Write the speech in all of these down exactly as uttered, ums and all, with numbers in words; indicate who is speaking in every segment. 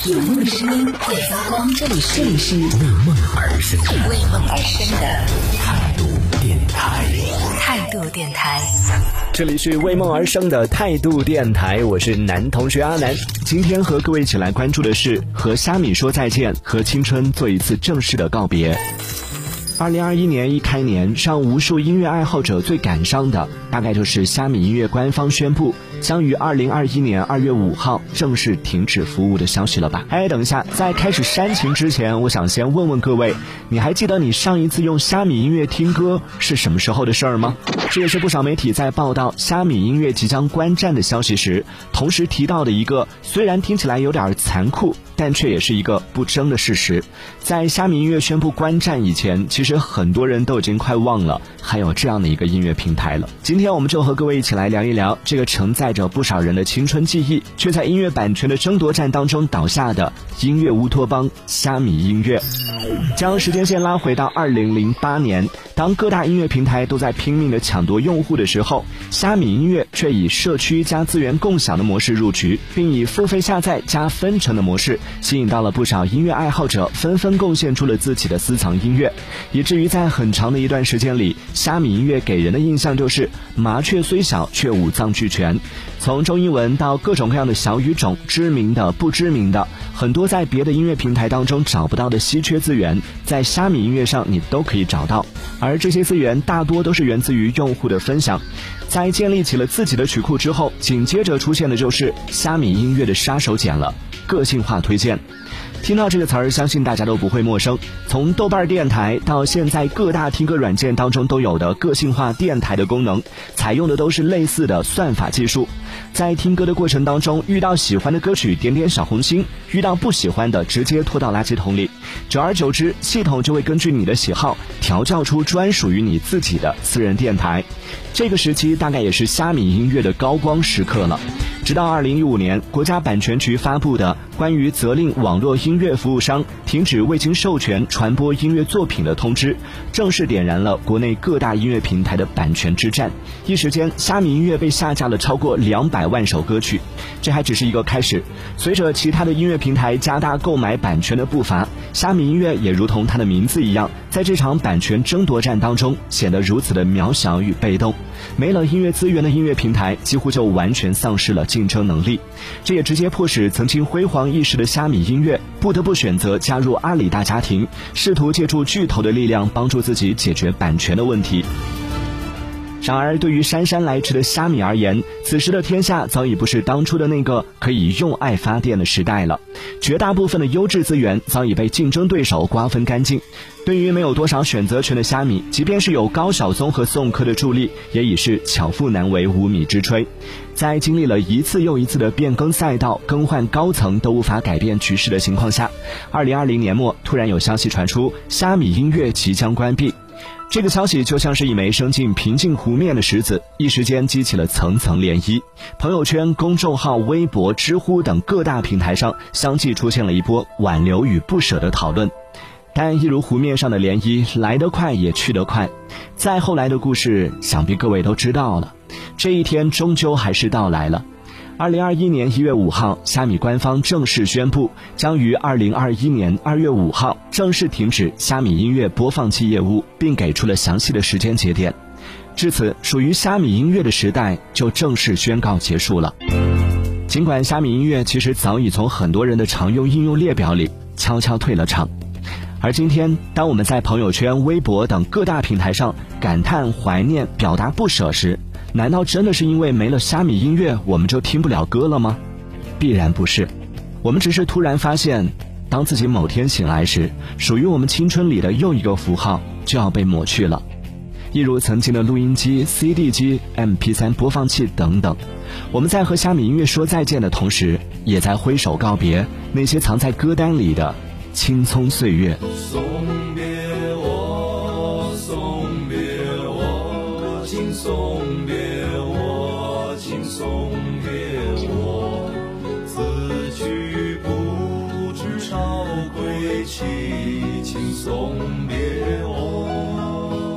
Speaker 1: 有梦的声音会发光，这里是这里是
Speaker 2: 为梦而生的
Speaker 1: 为梦而生的
Speaker 2: 态度电台。
Speaker 1: 态度电台，
Speaker 3: 这里是为梦而生的态度电台，我是男同学阿南。今天和各位一起来关注的是和虾米说再见，和青春做一次正式的告别。二零二一年一开年，让无数音乐爱好者最感伤的，大概就是虾米音乐官方宣布将于二零二一年二月五号正式停止服务的消息了吧？哎，等一下，在开始煽情之前，我想先问问各位，你还记得你上一次用虾米音乐听歌是什么时候的事儿吗？这也是不少媒体在报道虾米音乐即将关站的消息时，同时提到的一个虽然听起来有点残酷，但却也是一个不争的事实。在虾米音乐宣布关站以前，其实很多人都已经快忘了还有这样的一个音乐平台了。今天我们就和各位一起来聊一聊这个承载着不少人的青春记忆，却在音乐版权的争夺战当中倒下的音乐乌托邦虾米音乐。将时间线拉回到二零零八年，当各大音乐平台都在拼命的抢夺用户的时候，虾米音乐却以社区加资源共享的模式入局，并以付费下载加分成的模式吸引到了不少音乐爱好者，纷纷贡献出了自己的私藏音乐，以至于在很长的一段时间里，虾米音乐给人的印象就是麻雀虽小却五脏俱全。从中英文到各种各样的小语种，知名的不知名的，很多在别的音乐平台当中找不到的稀缺资源，在虾米音乐上你都可以找到。而这些资源大多都是源自于用户的分享。在建立起了自己的曲库之后，紧接着出现的就是虾米音乐的杀手锏了，个性化推荐。听到这个词儿，相信大家都不会陌生。从豆瓣电台到现在各大听歌软件当中都有的个性化电台的功能，采用的都是类似的算法技术。在听歌的过程当中，遇到喜欢的歌曲点点小红心，遇到不喜欢的直接拖到垃圾桶里。久而久之，系统就会根据你的喜好调教出专属于你自己的私人电台。这个时期大概也是虾米音乐的高光时刻了。直到二零一五年，国家版权局发布的关于责令网络音乐服务商停止未经授权传播音乐作品的通知，正式点燃了国内各大音乐平台的版权之战。一时间，虾米音乐被下架了超过两百万首歌曲。这还只是一个开始，随着其他的音乐平台加大购买版权的步伐，虾米音乐也如同它的名字一样，在这场版权争夺战当中显得如此的渺小与被动。没了音乐资源的音乐平台几乎就完全丧失了竞争能力，这也直接迫使曾经辉煌一时的虾米音乐不得不选择加入阿里大家庭，试图借助巨头的力量帮助自己解决版权的问题。然而对于姗姗来迟的虾米而言，此时的天下早已不是当初的那个可以用爱发电的时代了，绝大部分的优质资源早已被竞争对手瓜分干净。对于没有多少选择权的虾米，即便是有高晓松和宋柯的助力，也已是巧妇难为无米之炊。在经历了一次又一次的变更赛道、更换高层都无法改变局势的情况下，二零二零年末突然有消息传出，虾米音乐即将关闭。这个消息就像是一枚升进平静湖面的石子，一时间激起了层层涟漪。朋友圈、公众号、微博、知乎等各大平台上相继出现了一波挽留与不舍的讨论。但一如湖面上的涟漪，来得快也去得快。再后来的故事，想必各位都知道了。这一天终究还是到来了。二零二一年一月五号，虾米官方正式宣布，将于二零二一年二月五号正式停止虾米音乐播放器业务，并给出了详细的时间节点。至此，属于虾米音乐的时代就正式宣告结束了。尽管虾米音乐其实早已从很多人的常用应用列表里悄悄退了场，而今天，当我们在朋友圈、微博等各大平台上感叹、怀念、表达不舍时，难道真的是因为没了虾米音乐，我们就听不了歌了吗？必然不是。我们只是突然发现，当自己某天醒来时，属于我们青春里的又一个符号就要被抹去了。一如曾经的录音机、C D 机、M P 三 播放器等等，我们在和虾米音乐说再见的同时，也在挥手告别那些藏在歌单里的青葱岁月。
Speaker 4: 送别我，送别我，请送别我，请送别我，此去不知少归期，请送别我。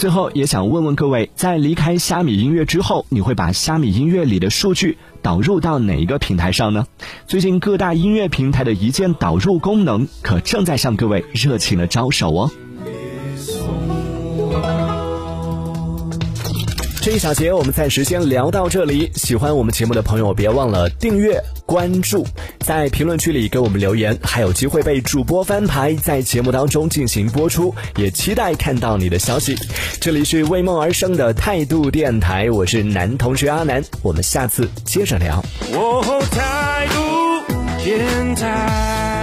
Speaker 3: 最后也想问问各位，在离开虾米音乐之后，你会把虾米音乐里的数据导入到哪一个平台上呢？最近各大音乐平台的一键导入功能可正在向各位热情的招手哦。这一小节我们暂时先聊到这里，喜欢我们节目的朋友别忘了订阅关注，在评论区里给我们留言，还有机会被主播翻牌在节目当中进行播出，也期待看到你的消息。这里是为梦而生的态度电台，我是男同学阿南，我们下次接着聊。
Speaker 4: 哦，态度电台。